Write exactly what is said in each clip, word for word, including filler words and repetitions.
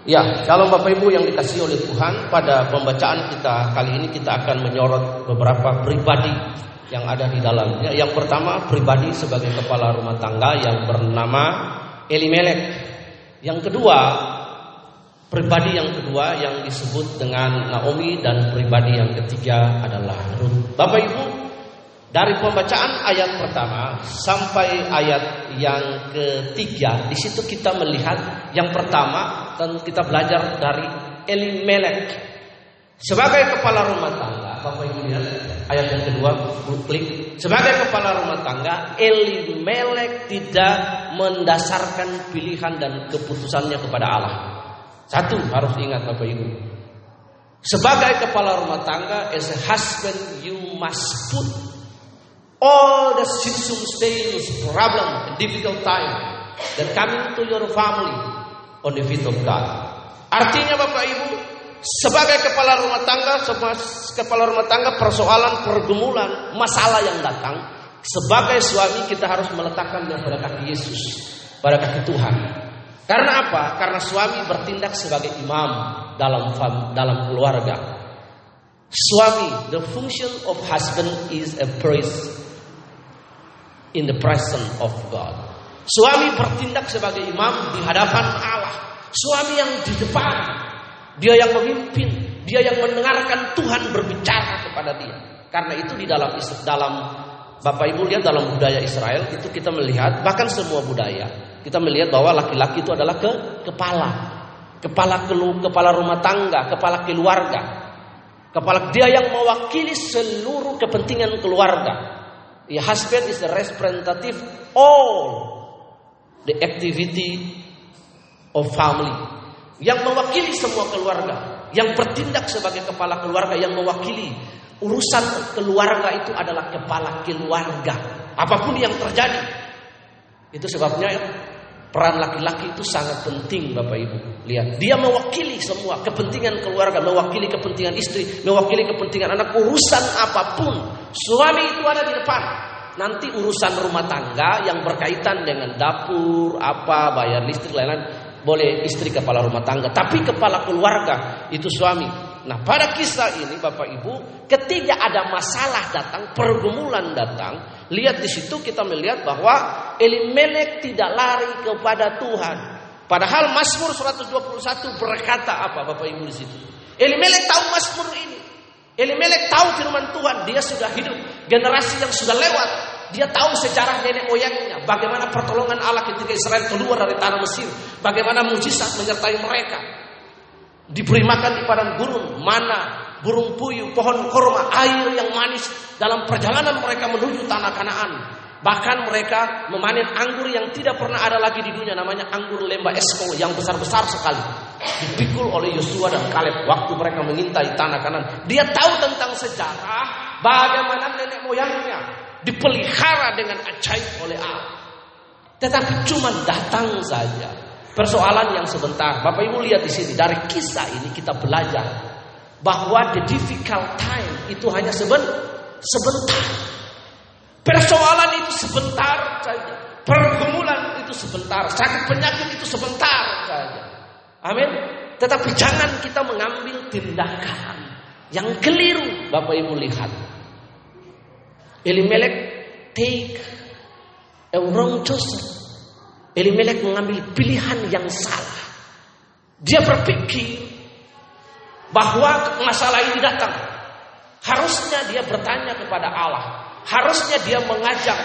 Ya, kalau Bapak Ibu yang dikasihi oleh Tuhan, pada pembacaan kita kali ini kita akan menyorot beberapa pribadi yang ada di dalamnya. Yang pertama, pribadi sebagai kepala rumah tangga yang bernama Elimelek. Yang kedua, pribadi yang kedua yang disebut dengan Naomi, dan pribadi yang ketiga adalah Ruth. Bapak Ibu, dari pembacaan ayat pertama sampai ayat yang ketiga, di situ kita melihat yang pertama, dan kita belajar dari Elimelek sebagai kepala rumah tangga. Bapak Ibu lihat ayat yang kedua, klik. Sebagai kepala rumah tangga, Elimelek tidak mendasarkan pilihan dan keputusannya kepada Allah. Satu harus ingat Bapak Ibu, sebagai kepala rumah tangga, as a husband you must put all the circumstances, problem, and difficult time that coming to your family on the feet of God. Artinya Bapak Ibu, sebagai kepala rumah tangga, kepala rumah tangga, persoalan, pergumulan, masalah yang datang, sebagai suami kita harus meletakkannya pada kaki Yesus, pada kaki Tuhan. Karena apa? Karena suami bertindak sebagai imam dalam dalam keluarga. Suami, the function of husband is a priest in the presence of God. Suami bertindak sebagai imam di hadapan Allah. Suami yang di depan, dia yang memimpin, dia yang mendengarkan Tuhan berbicara kepada dia. Karena itu di dalam dalam Bapak Ibu lihat dalam budaya Israel itu kita melihat, bahkan semua budaya kita melihat bahwa laki-laki itu adalah ke kepala, kepala kelu, kepala rumah tangga, kepala keluarga, kepala dia yang mewakili seluruh kepentingan keluarga. The husband is the representative all the activity of family, yang mewakili semua keluarga, yang bertindak sebagai kepala keluarga, yang mewakili urusan keluarga itu adalah kepala keluarga. Apapun yang terjadi, itu sebabnya peran laki-laki itu sangat penting Bapak Ibu. Lihat, dia mewakili semua kepentingan keluarga, mewakili kepentingan istri, mewakili kepentingan anak. Urusan apapun, suami itu ada di depan. Nanti urusan rumah tangga yang berkaitan dengan dapur, apa, bayar listrik, lain-lain, boleh istri kepala rumah tangga. Tapi kepala keluarga itu suami. Nah, pada kisah ini Bapak Ibu, ketika ada masalah datang, pergumulan datang, lihat di situ kita melihat bahwa Elimelek tidak lari kepada Tuhan. Padahal Mazmur seratus dua puluh satu berkata apa Bapak Ibu di situ? Elimelek tahu Mazmur ini. Elimelek tahu firman Tuhan, dia sudah hidup generasi yang sudah lewat. Dia tahu sejarah nenek moyangnya, bagaimana pertolongan Allah ketika Israel keluar dari tanah Mesir, bagaimana mujizat menyertai mereka. Diberi makan di padang gurun, mana, burung puyuh, pohon korma, air yang manis dalam perjalanan mereka menuju tanah Kanaan. Bahkan mereka memanen anggur yang tidak pernah ada lagi di dunia, namanya anggur lembah Eskol yang besar-besar sekali. Dipikul oleh Yosua dan Kaleb waktu mereka mengintai tanah Kanaan. Dia tahu tentang sejarah bagaimana nenek moyangnya dipelihara dengan ajaib oleh Allah. Tetapi cuma datang saja. Persoalan yang sebentar. Bapak Ibu lihat di sini, dari kisah ini kita belajar bahwa the difficult time itu hanya seben, sebentar. Persoalan itu sebentar saja. Pergumulan itu sebentar. Sakit penyakit itu sebentar saja. Amin. Tetapi jangan kita mengambil tindakan yang keliru. Bapak Ibu lihat, Elimelek take a wrong choice. Elimelek mengambil pilihan yang salah. Dia berpikir bahwa masalah ini datang, harusnya dia bertanya kepada Allah. Harusnya dia mengajak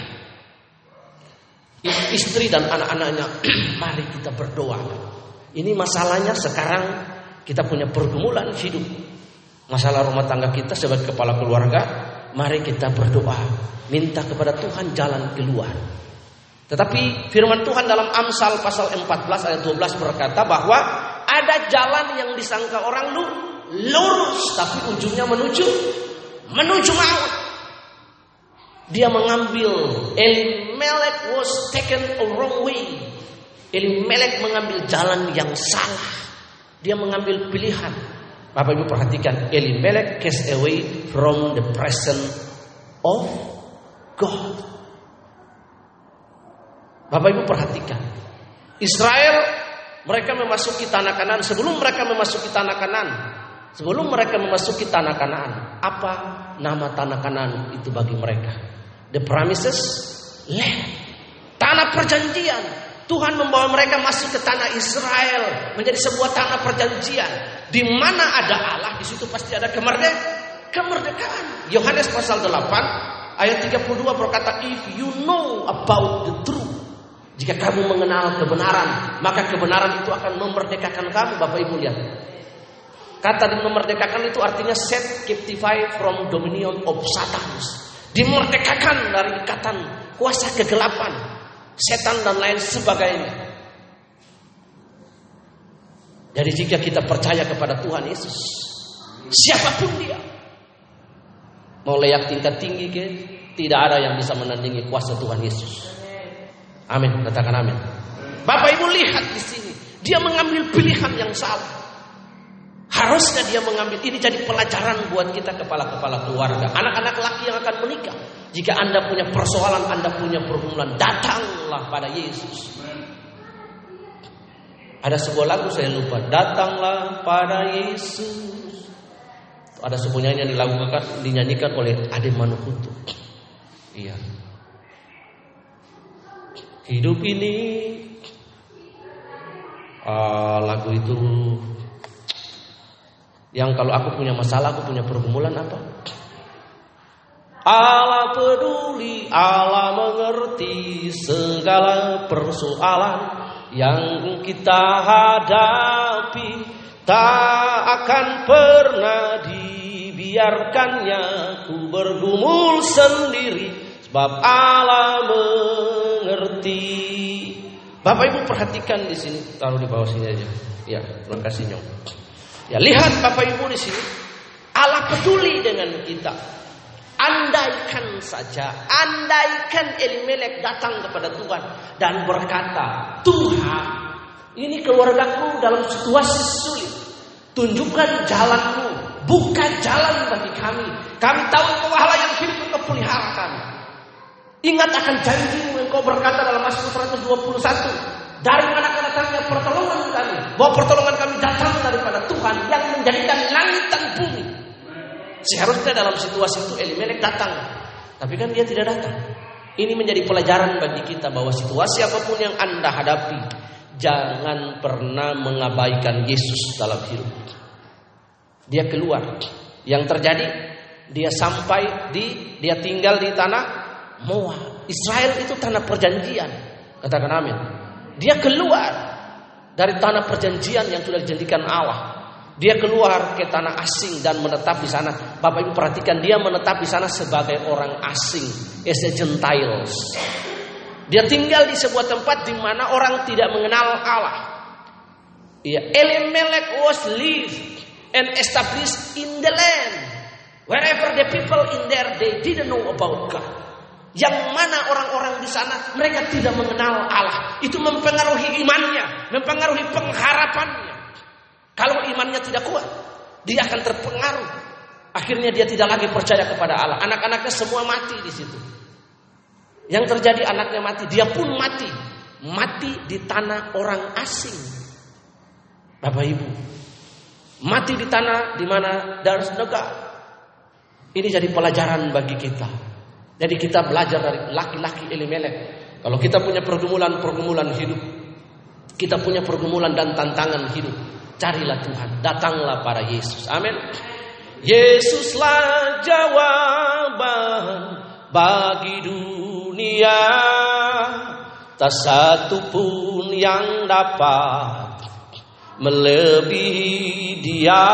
istri dan anak-anaknya, mari kita berdoa. Ini masalahnya sekarang kita punya pergumulan hidup, masalah rumah tangga kita sebagai kepala keluarga. Mari kita berdoa, minta kepada Tuhan jalan keluar. Tetapi firman Tuhan dalam Amsal pasal empat belas ayat dua belas berkata bahwa ada jalan yang disangka orang lurus, tapi ujungnya menuju menuju maut. Dia mengambil, Elimelek was taken a wrong way. Elimelek mengambil jalan yang salah. Dia mengambil pilihan. Bapak Ibu perhatikan, Elimelek cast away from the presence of God. Bapak Ibu perhatikan, Israel Mereka memasuki tanah Kanaan. Sebelum mereka memasuki tanah Kanaan, sebelum mereka memasuki tanah Kanaan, apa nama tanah Kanaan itu bagi mereka? The promises land, tanah perjanjian. Tuhan membawa mereka masuk ke tanah Israel, menjadi sebuah tanah perjanjian. Di mana ada Allah, di situ pasti ada kemerdek, kemerdekaan. Yohanes pasal delapan ayat tiga puluh dua berkata, if you know about the truth, jika kamu mengenal kebenaran, maka kebenaran itu akan memerdekakan kamu. Bapak Ibu lihat, kata di memerdekakan itu artinya set captive from dominion of Satanus. Dimerdekakan dari ikatan kuasa kegelapan, setan dan lain sebagainya. Jadi jika kita percaya kepada Tuhan Yesus, siapapun dia, mau layak tingkat tinggi ke, tidak ada yang bisa menandingi kuasa Tuhan Yesus. Amin, katakan amin. Bapak Ibu lihat di sini, dia mengambil pilihan yang salah. Harusnya dia mengambil, ini jadi pelajaran buat kita kepala-kepala keluarga, anak-anak laki yang akan menikah. Jika Anda punya persoalan, Anda punya pergumulan, datanglah pada Yesus. Ada sebuah lagu saya lupa, datanglah pada Yesus. Ada sebuah nyanyian dilakukan, dinyanyikan oleh Ade Manukutu. Iya. Hidup ini, uh, lagu itu, yang kalau aku punya masalah, aku punya pergumulan apa? Allah peduli, Allah mengerti segala persoalan yang kita hadapi. Tak akan pernah dibiarkannya ku bergumul sendiri, sebab Allah mengerti. Bapak Ibu perhatikan di sini, taruh di bawah sini aja. Ya, terima kasih Nyong. Ya, lihat Bapak Ibu di sini, Allah peduli dengan kita. Andaikan saja, andaikan Elimelek datang kepada Tuhan dan berkata, Tuhan, ini keluargaku dalam situasi sulit, tunjukkan jalanmu, buka jalan bagi kami. Kami tahu Engkau Allah yang hidup, Engkau pelihara kami. Ingat akan janjimu, Engkau berkata dalam Mazmur seratus dua puluh satu, dari mana datangnya pertolongan kami? Bahwa pertolongan kami datang daripada Tuhan yang menjadikan langit dan bumi. Seharusnya dalam situasi itu Elimelek datang, tapi kan dia tidak datang. Ini menjadi pelajaran bagi kita bahwa situasi apapun yang Anda hadapi, jangan pernah mengabaikan Yesus dalam hidup. Dia keluar. Yang terjadi, dia sampai di, dia tinggal di tanah Moab. Israel itu tanah perjanjian. Katakan amin. Dia keluar dari tanah perjanjian yang sudah dijanjikan Allah. Dia keluar ke tanah asing dan menetap di sana. Bapak Ibu perhatikan, dia menetap di sana sebagai orang asing, as a Gentiles. Dia tinggal di sebuah tempat di mana orang tidak mengenal Allah. Ya, Elimelek was lived and established in the land wherever the people in there they didn't know about God. Yang mana orang-orang di sana mereka tidak mengenal Allah. Itu mempengaruhi imannya, mempengaruhi pengharapannya. Kalau imannya tidak kuat, dia akan terpengaruh. Akhirnya dia tidak lagi percaya kepada Allah. Anak-anaknya semua mati di situ. Yang terjadi anaknya mati, dia pun mati. Mati di tanah orang asing. Bapak Ibu, mati di tanah di mana Darus Negara. Ini jadi pelajaran bagi kita. Jadi kita belajar dari laki-laki Elimelek. Kalau kita punya pergumulan-pergumulan hidup, kita punya pergumulan dan tantangan hidup, carilah Tuhan, datanglah pada Yesus. Amin. Yesuslah jawaban bagi dunia, tak satu pun yang dapat melebihi Dia.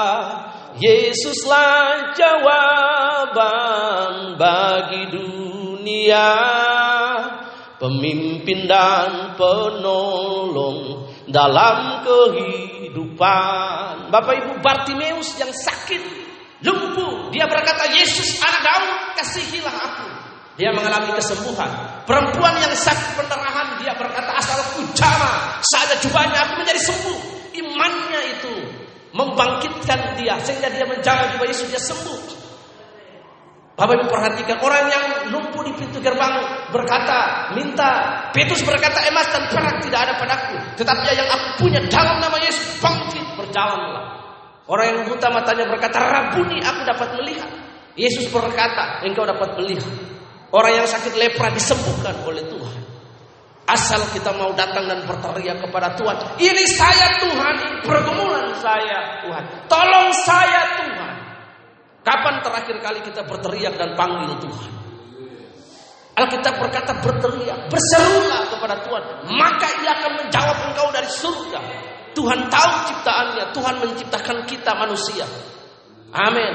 Yesuslah jawaban bagi dunia, pemimpin dan penolong dalam kehidupan. Bapak Ibu, Bartimeus yang sakit, lumpuh, dia berkata, Yesus anak Daud, kasihilah aku. Dia mengalami kesembuhan. Perempuan yang sakit pendarahan, dia berkata, asalku jama saja jubahnya, aku menjadi sembuh. Imannya itu membangkitkan dia sehingga dia menjama jubah Yesus, dia sembuh. Bapak Ibu perhatikan, orang yang lumpuh di pintu gerbang berkata, minta. Petrus berkata, emas dan perak tidak ada padaku, tetapi yang aku punya dalam nama Yesus, bangkit berjalanlah. Orang yang buta matanya berkata, Rabuni, aku dapat melihat. Yesus berkata, engkau dapat melihat. Orang yang sakit lepra disembuhkan oleh Tuhan. Asal kita mau datang dan berteriak kepada Tuhan, ini saya Tuhan, ini pergumulan saya Tuhan, tolong saya Tuhan. Kapan terakhir kali kita berteriak dan panggil Tuhan? Alkitab berkata berteriak, berserulah kepada Tuhan, maka Ia akan menjawab engkau dari surga. Tuhan tahu ciptaannya, Tuhan menciptakan kita manusia. Amin.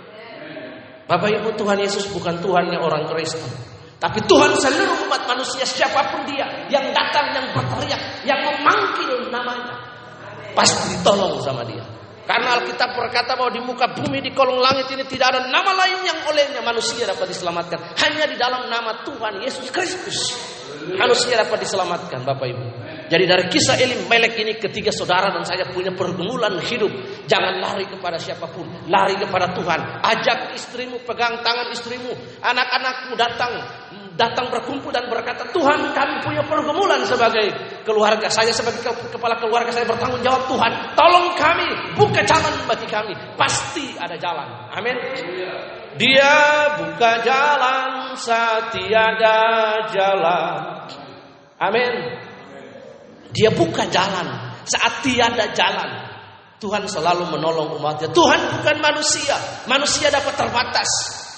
Bapak Ibu, Tuhan Yesus bukan Tuhannya orang Kristen, tapi Tuhan seluruh umat manusia, siapapun dia yang datang, yang berteriak, yang memanggil namanya, pasti ditolong sama dia. Karena Alkitab berkata bahwa di muka bumi, di kolong langit ini tidak ada nama lain yang olehnya manusia dapat diselamatkan. Hanya di dalam nama Tuhan Yesus Kristus manusia dapat diselamatkan, Bapak Ibu. Jadi dari kisah Elimelek ini, ketiga saudara dan saya punya pergumulan hidup. Jangan lari kepada siapapun, lari kepada Tuhan. Ajak istrimu, pegang tangan istrimu, anak-anakmu datang Datang berkumpul dan berkata, Tuhan, kami punya pergumulan sebagai keluarga. Saya sebagai kepala keluarga, saya bertanggung jawab, Tuhan, tolong kami, buka jalan bagi kami. Pasti ada jalan. Amin. Dia buka jalan saat tiada jalan. Amin. Dia buka jalan saat tiada jalan. Tuhan selalu menolong umatnya. Tuhan bukan manusia. Manusia dapat terbatas.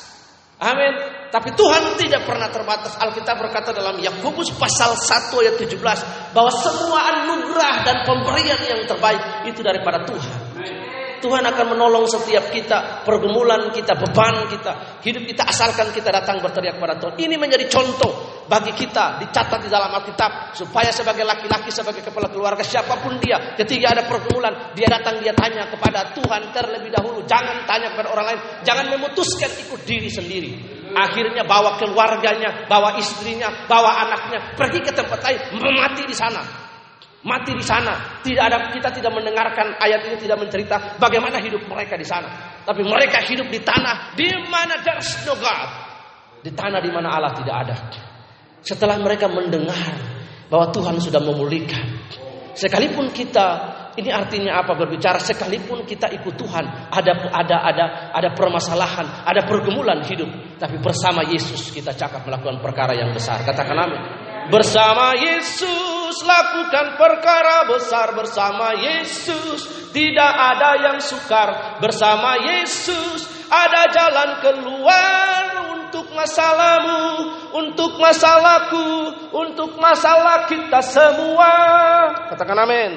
Amin. Tapi Tuhan tidak pernah terbatas. Alkitab berkata dalam Yakobus pasal satu ayat tujuh belas bahwa semua anugerah dan pemberian yang terbaik itu daripada Tuhan. Tuhan akan menolong setiap kita, pergumulan kita, beban kita, hidup kita, asalkan kita datang berteriak pada Tuhan. Ini menjadi contoh bagi kita, dicatat di dalam Alkitab, supaya sebagai laki-laki, sebagai kepala keluarga, siapapun dia, ketika ada pergumulan, dia datang, dia tanya kepada Tuhan terlebih dahulu. Jangan tanya kepada orang lain, jangan memutuskan ikut diri sendiri. Akhirnya bawa keluarganya, bawa istrinya, bawa anaknya, pergi ke tempat lain, mati di sana. Mati di sana. Tidak ada, kita tidak mendengarkan ayat ini, tidak mencerita bagaimana hidup mereka di sana. Tapi mereka hidup di tanah di mana there's no God. Di tanah di mana Allah tidak ada. Setelah mereka mendengar bahwa Tuhan sudah memulihkan, sekalipun kita, ini artinya apa berbicara, sekalipun kita ikut Tuhan, ada ada ada ada permasalahan, ada pergumulan hidup, tapi bersama Yesus kita cakap melakukan perkara yang besar. Katakan amin. Bersama Yesus lakukan perkara besar, bersama Yesus tidak ada yang sukar, bersama Yesus ada jalan keluar untuk masalahmu, untuk masalahku, untuk masalah kita semua. Katakan amin.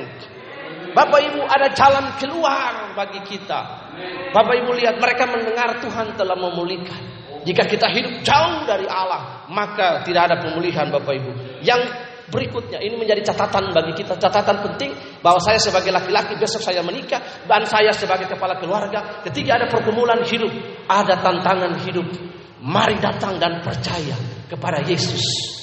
Bapak Ibu, ada jalan keluar bagi kita. Bapak Ibu lihat, mereka mendengar Tuhan telah memulihkan. Jika kita hidup jauh dari Allah, maka tidak ada pemulihan, Bapak Ibu. Yang berikutnya, ini menjadi catatan bagi kita, catatan penting, bahwa saya sebagai laki-laki besok saya menikah, dan saya sebagai kepala keluarga, ketika ada pergumulan hidup, ada tantangan hidup, mari datang dan percaya kepada Yesus.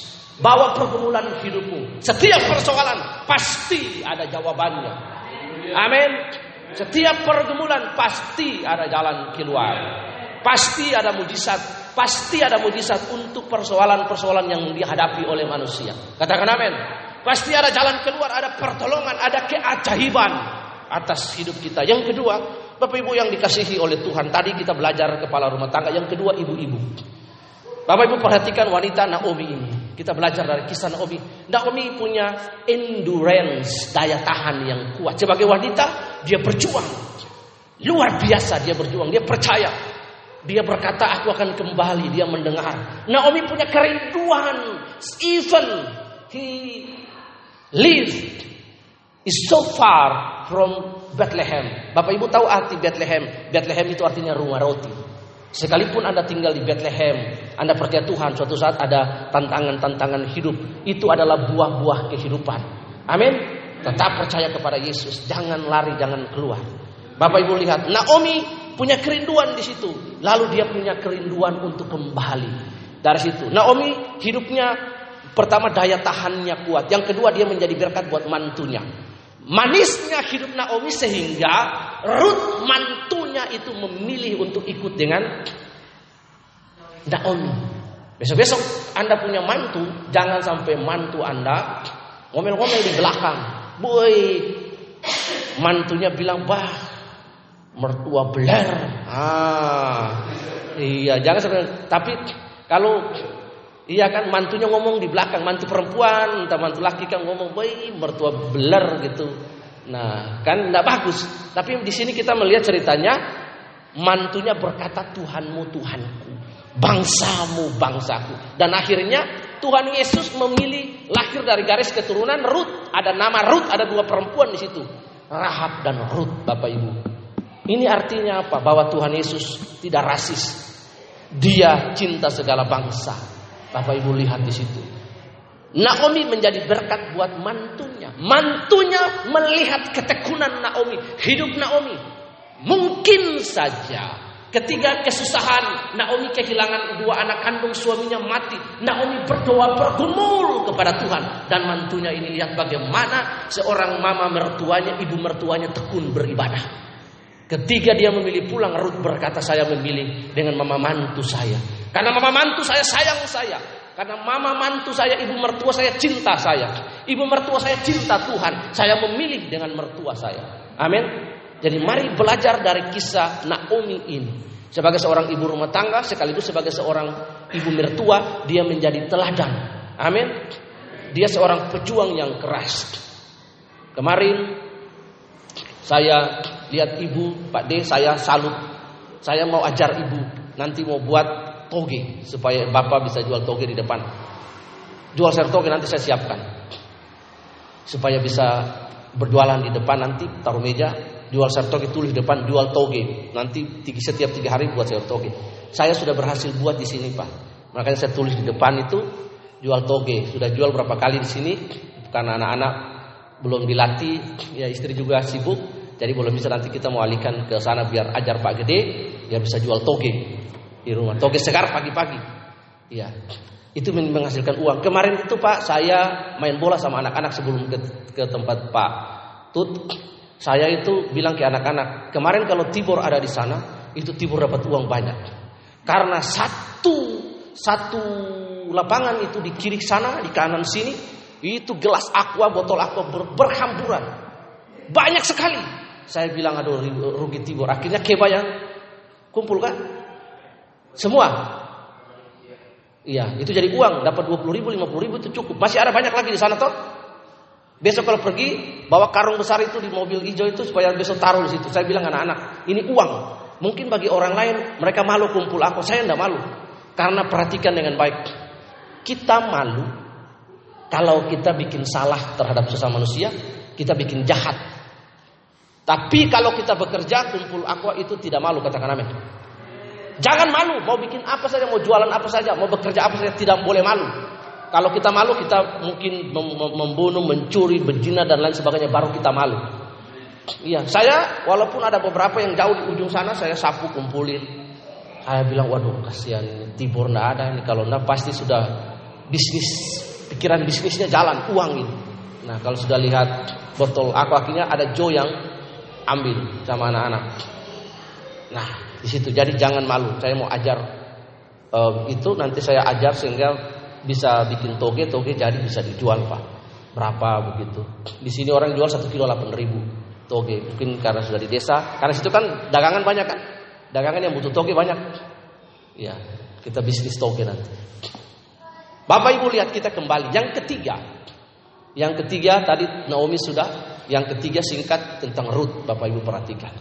Bawa pergumulan hidupmu. Setiap persoalan pasti ada jawabannya. Amin. Setiap pergumulan pasti ada jalan keluar. Pasti ada mujizat, pasti ada mujizat untuk persoalan-persoalan yang dihadapi oleh manusia. Katakan amin. Pasti ada jalan keluar, ada pertolongan, ada keajaiban atas hidup kita. Yang kedua, Bapak Ibu yang dikasihi oleh Tuhan, tadi kita belajar kepala rumah tangga. Yang kedua, ibu-ibu. Bapak Ibu perhatikan wanita Naomi ini. Kita belajar dari kisah Naomi. Naomi punya endurance, daya tahan yang kuat. Sebagai wanita, dia berjuang. Luar biasa dia berjuang, dia percaya. Dia berkata, aku akan kembali. Dia mendengar. Naomi punya kerinduan. Even he lived is so far from Bethlehem. Bapak Ibu tahu arti Bethlehem? Bethlehem itu artinya rumah roti. Sekalipun Anda tinggal di Bethlehem, Anda percaya Tuhan, suatu saat ada tantangan-tantangan hidup. Itu adalah buah-buah kehidupan. Amin. Tetap percaya kepada Yesus. Jangan lari, jangan keluar. Bapak Ibu lihat, Naomi punya kerinduan di situ. Lalu dia punya kerinduan untuk kembali dari situ. Naomi hidupnya pertama daya tahannya kuat. Yang kedua dia menjadi berkat buat mantunya. Manisnya hidup Naomi sehingga Ruth mantunya itu memilih untuk ikut dengan Naomi. Besok-besok Anda punya mantu, jangan sampai mantu Anda ngomel-ngomel di belakang. Boy, mantunya bilang, bah, mertua beler. Ah, iya, jangan sampai. Tapi kalau iya kan mantunya ngomong di belakang, mantu perempuan, entah mantu laki kan ngomong, boy, mertua beler gitu. Nah, kan enggak bagus. Tapi di sini kita melihat ceritanya, mantunya berkata, Tuhanmu Tuhanku, bangsamu bangsaku. Dan akhirnya Tuhan Yesus memilih lahir dari garis keturunan Rut. Ada nama Rut, ada dua perempuan di situ, Rahab dan Rut, Bapak Ibu. Ini artinya apa? Bahwa Tuhan Yesus tidak rasis. Dia cinta segala bangsa. Bapak Ibu lihat di situ. Naomi menjadi berkat buat mantunya. Mantunya melihat ketekunan Naomi, hidup Naomi. Mungkin saja ketika kesusahan, Naomi kehilangan dua anak kandung, suaminya mati. Naomi berdoa bergumul kepada Tuhan. Dan mantunya ini lihat bagaimana seorang mama mertuanya, ibu mertuanya tekun beribadah. Ketika dia memilih pulang, Rut berkata, saya memilih dengan mama mantu saya. Karena mama mantu saya sayang saya. Karena mama mantu saya, ibu mertua saya cinta saya. Ibu mertua saya cinta Tuhan. Saya memilih dengan mertua saya. Amin. Jadi mari belajar dari kisah Naomi ini. Sebagai seorang ibu rumah tangga, sekaligus sebagai seorang ibu mertua, dia menjadi teladan. Amin. Dia seorang pejuang yang keras. Kemarin saya lihat ibu, Pak D, saya salut. Saya mau ajar ibu, nanti mau buat toge supaya bapak bisa jual toge di depan. Jual sayur toge nanti saya siapkan. Supaya bisa berjualan di depan, nanti taruh meja, jual sayur toge, tulis di depan jual toge. Nanti setiap tiga hari buat sayur toge. Saya sudah berhasil buat di sini, Pak. Makanya saya tulis di depan itu jual toge. Sudah jual berapa kali di sini karena anak-anak belum dilatih, ya istri juga sibuk. Jadi belum bisa, nanti kita mau alihkan ke sana biar ajar Pak Gede, biar bisa jual toge di rumah. Toge segar pagi-pagi. Iya. Itu menghasilkan uang. Kemarin itu Pak, saya main bola sama anak-anak sebelum ke, ke tempat Pak Tut. Saya itu bilang ke anak-anak, kemarin kalau Tibor ada di sana, itu Tibor dapat uang banyak. Karena satu satu lapangan itu di kiri sana, di kanan sini, itu gelas aqua, botol aqua ber, berhamburan. Banyak sekali. Saya bilang, aduh rugi Tibor. Akhirnya Keba yang kumpul kan? Semua. Iya, itu jadi uang, dapat dua puluh ribu, lima puluh ribu itu cukup. Masih ada banyak lagi di sana toh. Besok kalau pergi, bawa karung besar itu di mobil hijau itu supaya besok taruh di situ. Saya bilang anak-anak, ini uang. Mungkin bagi orang lain mereka malu kumpul aku, saya enggak malu. Karena perhatikan dengan baik. Kita malu kalau kita bikin salah terhadap sesama manusia, kita bikin jahat. Tapi kalau kita bekerja kumpul aqua itu tidak malu, katakan amin. Jangan malu, mau bikin apa saja, mau jualan apa saja, mau bekerja apa saja, tidak boleh malu. Kalau kita malu, kita mungkin membunuh, mencuri, berzina dan lain sebagainya, baru kita malu. Iya, saya walaupun ada beberapa yang jauh di ujung sana, saya sapu kumpulin. Saya bilang, waduh kasihan ini Tibor nggak ada ini, kalau nggak pasti sudah bisnis, pikiran bisnisnya jalan, uang ini. Nah kalau sudah lihat botol aqua, akhirnya ada Joe yang ambil sama anak-anak. Nah di situ, jadi jangan malu. Saya mau ajar uh, itu nanti saya ajar sehingga bisa bikin toge, toge jadi bisa dijual Pak. Berapa begitu? Di sini orang jual satu kilo delapan ribu toge. Mungkin karena sudah di desa, karena situ kan dagangan banyak kan, dagangan yang butuh toge banyak. Ya kita bisnis toge nanti. Bapak Ibu lihat, kita kembali yang ketiga. Yang ketiga tadi Naomi sudah. Yang ketiga singkat tentang Rut. Bapak Ibu perhatikan.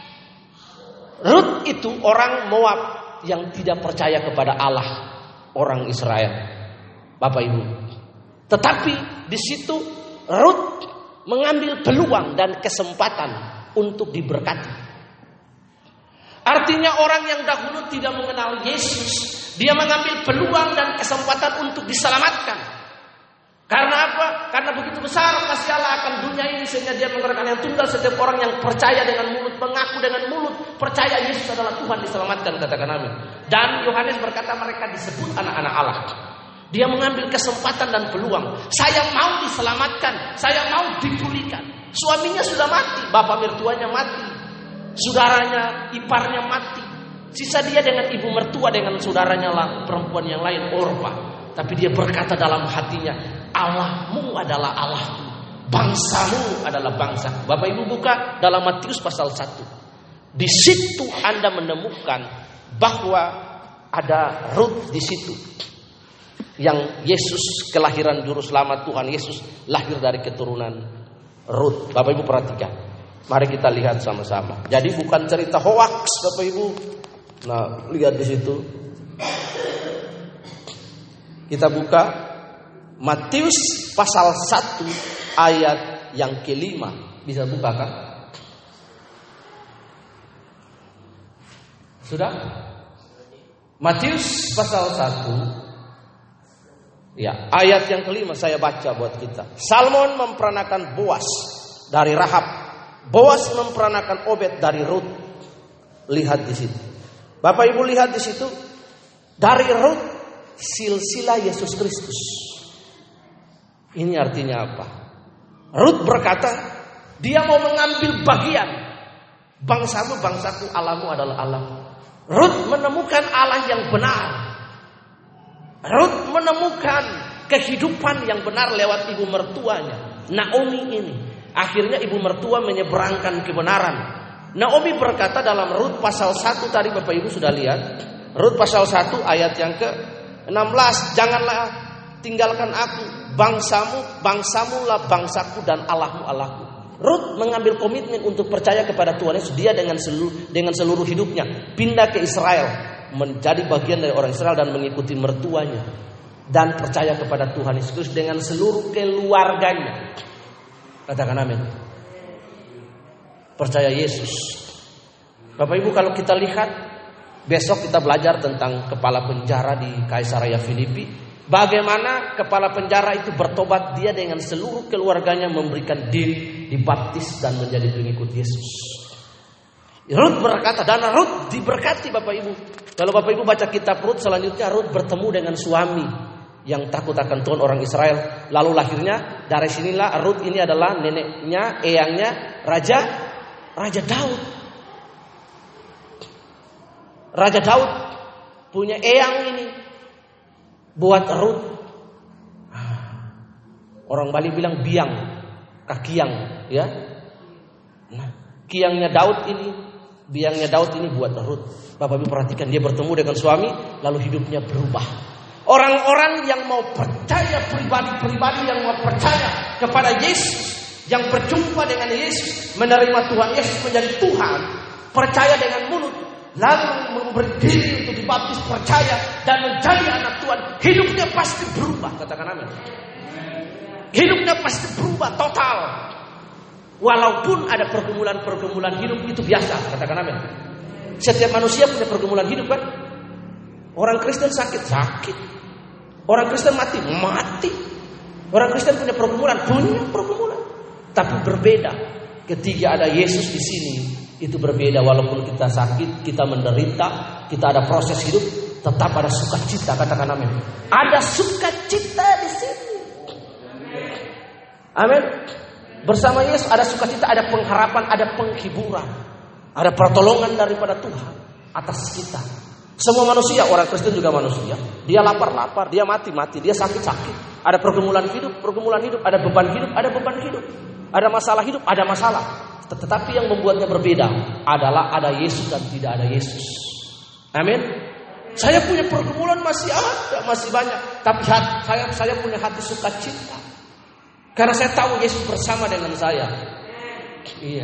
Rut itu orang Moab yang tidak percaya kepada Allah orang Israel. Bapak Ibu. Tetapi di situ Rut mengambil peluang dan kesempatan untuk diberkati. Artinya orang yang dahulu tidak mengenal Yesus, dia mengambil peluang dan kesempatan untuk diselamatkan. Karena apa? Karena begitu besar kasih Allah akan dunia ini sehingga dia mengeluarkan yang tunggal setiap orang yang percaya dengan mulut, mengaku dengan mulut, percaya Yesus adalah Tuhan, diselamatkan, katakan amin. Dan Yohanes berkata mereka disebut anak-anak Allah. Dia mengambil kesempatan dan peluang. Saya mau diselamatkan, saya mau dipulihkan. Suaminya sudah mati, bapak mertuanya mati, saudaranya, iparnya mati. Sisa dia dengan ibu mertua, dengan saudaranya perempuan yang lain, Orpa. Tapi dia berkata dalam hatinya, Allahmu adalah Allahku, bangsamu adalah bangsa. Bapak Ibu buka dalam Matius pasal satu. Di situ Anda menemukan bahwa ada Rut di situ. Yang Yesus kelahiran juru selamat Tuhan Yesus lahir dari keturunan Rut. Bapak Ibu perhatikan. Mari kita lihat sama-sama. Jadi bukan cerita hoaks, Bapak Ibu. Nah, lihat di situ. Kita buka Matius pasal satu ayat yang kelima. Bisa buka kan? Sudah? Matius pasal satu, ya, ayat yang kelima saya baca buat kita. Salmon memperanakan Boas dari Rahab. Boas memperanakan Obed dari Rut. Lihat di situ. Bapak Ibu lihat di situ. Dari Rut silsilah Yesus Kristus. Ini artinya apa? Rut berkata, dia mau mengambil bagian. Bangsamu, bangsaku, Allahmu adalah Allah. Rut menemukan Allah yang benar. Rut menemukan kehidupan yang benar lewat ibu mertuanya, Naomi ini. Akhirnya ibu mertua menyeberangkan kebenaran. Naomi berkata dalam Rut pasal satu tadi Bapak Ibu sudah lihat. Rut pasal satu ayat yang ke enam belas. Janganlah tinggalkan aku, bangsamu, bangsamu lah bangsaku dan Allahmu Allahku. Rut mengambil komitmen untuk percaya kepada Tuhan Yesus. Dia dengan seluruh, dengan seluruh hidupnya pindah ke Israel, menjadi bagian dari orang Israel dan mengikuti mertuanya. Dan percaya kepada Tuhan Yesus dengan seluruh keluarganya. Katakan amin. Percaya Yesus. Bapak Ibu kalau kita lihat, besok kita belajar tentang kepala penjara di Kaisarea Filipi. Bagaimana kepala penjara itu bertobat, dia dengan seluruh keluarganya memberikan diri, dibaptis dan menjadi pengikut Yesus. Rut berkata, dan Rut diberkati Bapak Ibu. Kalau Bapak Ibu baca kitab Rut selanjutnya, Rut bertemu dengan suami yang takut akan Tuhan orang Israel. Lalu lahirnya dari sinilah Rut ini adalah neneknya, eyangnya Raja Raja Daud. Raja Daud punya eyang ini buat Rut. Orang Bali bilang biang, kakiang, ya. Nah, kiangnya Daud ini, biangnya Daud ini buat Rut. Bapak Ibu perhatikan, dia bertemu dengan suami, lalu hidupnya berubah. Orang-orang yang mau percaya, pribadi-pribadi yang mau percaya kepada Yesus, yang berjumpa dengan Yesus, menerima Tuhan Yesus menjadi Tuhan, percaya dengan mulut, lalu memberi diri untuk dibaptis, percaya dan menjadi anak Tuhan, hidupnya pasti berubah. Katakan amin. Hidupnya pasti berubah total. Walaupun ada pergumulan-pergumulan hidup, itu biasa. Katakan amin. Setiap manusia punya pergumulan hidup kan. Orang Kristen sakit, sakit. Orang Kristen mati, mati. Orang Kristen punya pergumulan, punya pergumulan. Tapi berbeda ketika ada Yesus di sini. Itu berbeda, walaupun kita sakit, kita menderita, kita ada proses hidup, tetap ada sukacita. Katakan amin. Ada sukacita di sini. Amin. Bersama Yesus ada sukacita, ada pengharapan, ada penghiburan, ada pertolongan daripada Tuhan atas kita. Semua manusia, orang Kristen juga manusia. Dia lapar-lapar, dia mati-mati, dia sakit-sakit. Ada pergumulan hidup, pergumulan hidup, ada beban hidup, ada beban hidup. Ada masalah hidup, ada masalah. Tetapi yang membuatnya berbeda adalah ada Yesus dan tidak ada Yesus. Amin. Saya punya pergumulan masih ada, masih banyak. Tapi hati, saya saya punya hati sukacita. Karena saya tahu Yesus bersama dengan saya. Iya.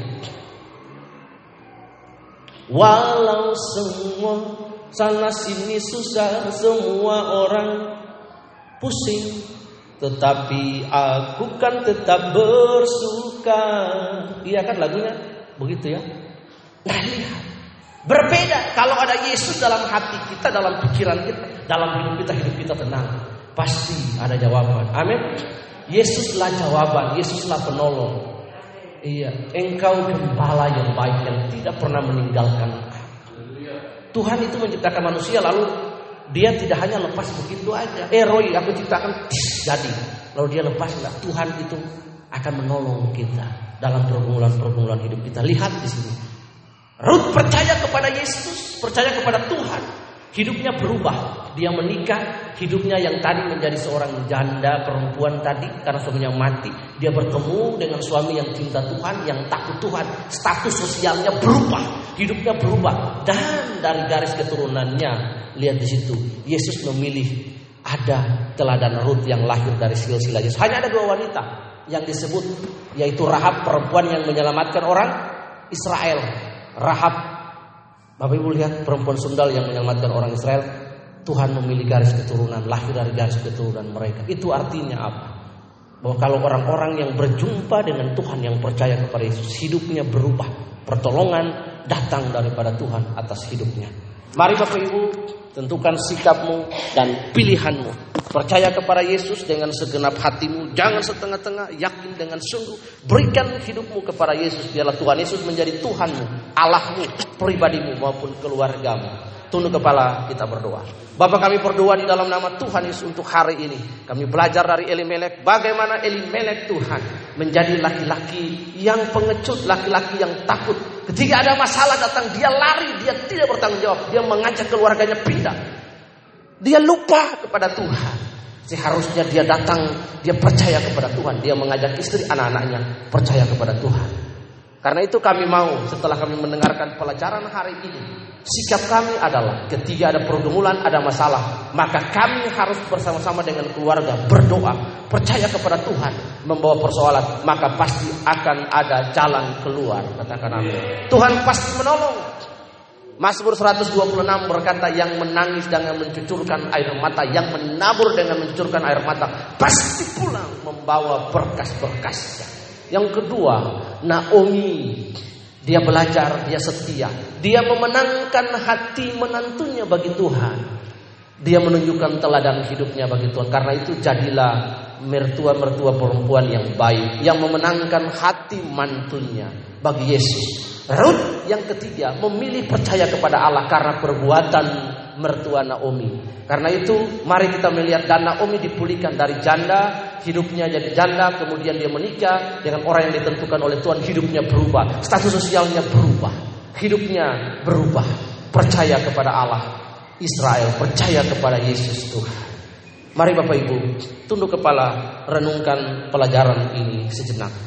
Walau semua sana sini susah, semua orang pusing, tetapi aku kan tetap bersuka. Iya kan lagunya begitu ya. Nah lihat, berbeda kalau ada Yesus dalam hati kita, dalam pikiran kita, dalam hidup kita, hidup kita tenang. Pasti ada jawaban. Amin. Yesuslah jawaban, Yesuslah penolong. Iya, engkau gembala yang baik yang tidak pernah meninggalkan aku. Tuhan itu menciptakan manusia, lalu dia tidak hanya lepas begitu aja. Eh Roy, aku ciptakan tis, jadi. Lalu dia lepas enggak? Tuhan itu akan menolong kita dalam pergumulan-pergumulan hidup kita. Lihat di sini. Ruth percaya kepada Yesus, percaya kepada Tuhan. Hidupnya berubah. Dia menikah, hidupnya yang tadi menjadi seorang janda perempuan tadi karena suaminya mati. Dia bertemu dengan suami yang cinta Tuhan, yang takut Tuhan. Status sosialnya berubah, hidupnya berubah. Dan dari garis keturunannya, lihat di situ, Yesus memilih ada teladan Ruth yang lahir dari silsilah Yesus. Hanya ada dua wanita yang disebut, yaitu Rahab, perempuan yang menyelamatkan orang Israel. Rahab, Bapak Ibu lihat, perempuan sundal yang menyelamatkan orang Israel. Tuhan memilih garis keturunan, lahir dari garis keturunan mereka. Itu artinya apa? Bahwa kalau orang-orang yang berjumpa dengan Tuhan, yang percaya kepada Yesus, hidupnya berubah. Pertolongan datang daripada Tuhan atas hidupnya. Mari Bapak Ibu, tentukan sikapmu dan pilihanmu. Percaya kepada Yesus dengan segenap hatimu. Jangan setengah-tengah, yakin dengan sungguh. Berikan hidupmu kepada Yesus. Biarlah Tuhan Yesus menjadi Tuhanmu, Allahmu, pribadimu maupun keluargamu. Tunduk kepala, kita berdoa. Bapa, kami berdoa di dalam nama Tuhan Yesus untuk hari ini. Kami belajar dari Elimelek, bagaimana Elimelek Tuhan menjadi laki-laki yang pengecut, laki-laki yang takut. Ketika ada masalah datang, dia lari, dia tidak bertanggung jawab. Dia mengajak keluarganya pindah. Dia lupa kepada Tuhan. Seharusnya dia datang, dia percaya kepada Tuhan. Dia mengajak istri, anak-anaknya percaya kepada Tuhan. Karena itu kami mau, setelah kami mendengarkan pelajaran hari ini, sikap kami adalah ketika ada pergumulan, ada masalah, maka kami harus bersama-sama dengan keluarga berdoa, percaya kepada Tuhan, membawa persoalan, maka pasti akan ada jalan keluar. Katakan amin. Tuhan pasti menolong. Mazmur seratus dua puluh enam berkata, yang menangis dengan mencucurkan air mata, yang menabur dengan mencucurkan air mata, pasti pulang membawa berkas-berkasnya. Yang kedua, Naomi, dia belajar, dia setia. Dia memenangkan hati menantunya bagi Tuhan. Dia menunjukkan teladan hidupnya bagi Tuhan. Karena itu jadilah mertua-mertua perempuan yang baik, yang memenangkan hati mantunya bagi Yesus. Ruth yang ketiga memilih percaya kepada Allah karena perbuatan mertua Naomi. Karena itu mari kita melihat, dan Naomi dipulihkan dari janda, hidupnya jadi janda, kemudian dia menikah dengan orang yang ditentukan oleh Tuhan, hidupnya berubah, status sosialnya berubah, hidupnya berubah, percaya kepada Allah Israel, percaya kepada Yesus Tuhan. Mari Bapak Ibu, tunduk kepala, renungkan pelajaran ini sejenak.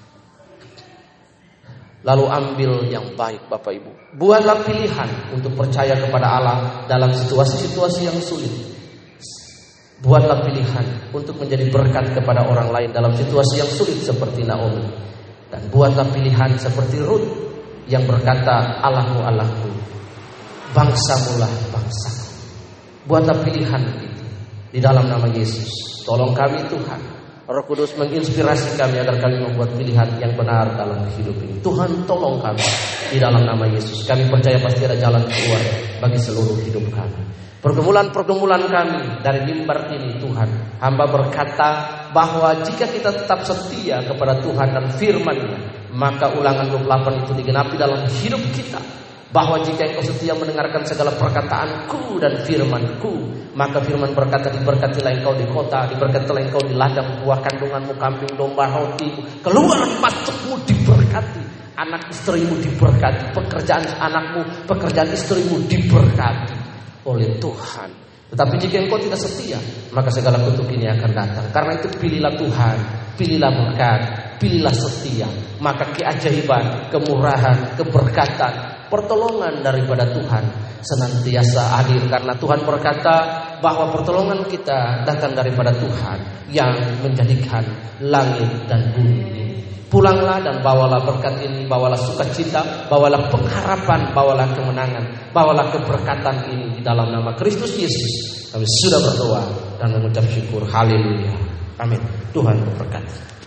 Lalu ambil yang baik Bapak Ibu. Buatlah pilihan untuk percaya kepada Allah dalam situasi-situasi yang sulit. Buatlah pilihan untuk menjadi berkat kepada orang lain dalam situasi yang sulit seperti Naomi. Dan buatlah pilihan seperti Ruth yang berkata, Allahmu Allahku, bangsamulah bangsaku. Buatlah pilihan itu di dalam nama Yesus. Tolong kami Tuhan. Roh Kudus menginspirasi kami agar kami membuat pilihan yang benar dalam hidup ini. Tuhan tolong kami di dalam nama Yesus. Kami percaya pasti ada jalan keluar bagi seluruh hidup kami. Pergumulan-pergumulan kami dari mimbar ini Tuhan, hamba berkata bahwa jika kita tetap setia kepada Tuhan dan firman-Nya, maka Ulangan dua puluh delapan itu digenapi dalam hidup kita. Bahwa jika engkau setia mendengarkan segala perkataanku dan firmanku, maka firman berkata, diberkatilah engkau di kota, diberkatilah engkau di ladang, buah kandunganmu, kambing domba, rotimu, keluar masukmu diberkati, anak istrimu diberkati, pekerjaan anakmu, pekerjaan istrimu diberkati oleh Tuhan. Tetapi jika engkau tidak setia, maka segala kutuk ini akan datang. Karena itu pilihlah Tuhan, pilihlah berkat, pilihlah setia, maka keajaiban, kemurahan, keberkatan, pertolongan daripada Tuhan senantiasa hadir. Karena Tuhan berkata bahwa pertolongan kita datang daripada Tuhan yang menjadikan langit dan bumi ini. Pulanglah dan bawalah berkat ini, bawalah sukacita, bawalah pengharapan, bawalah kemenangan, bawalah keberkatan ini di dalam nama Kristus Yesus. Kami sudah berdoa dan mengucap syukur. Haleluya. Amin. Tuhan memberkati.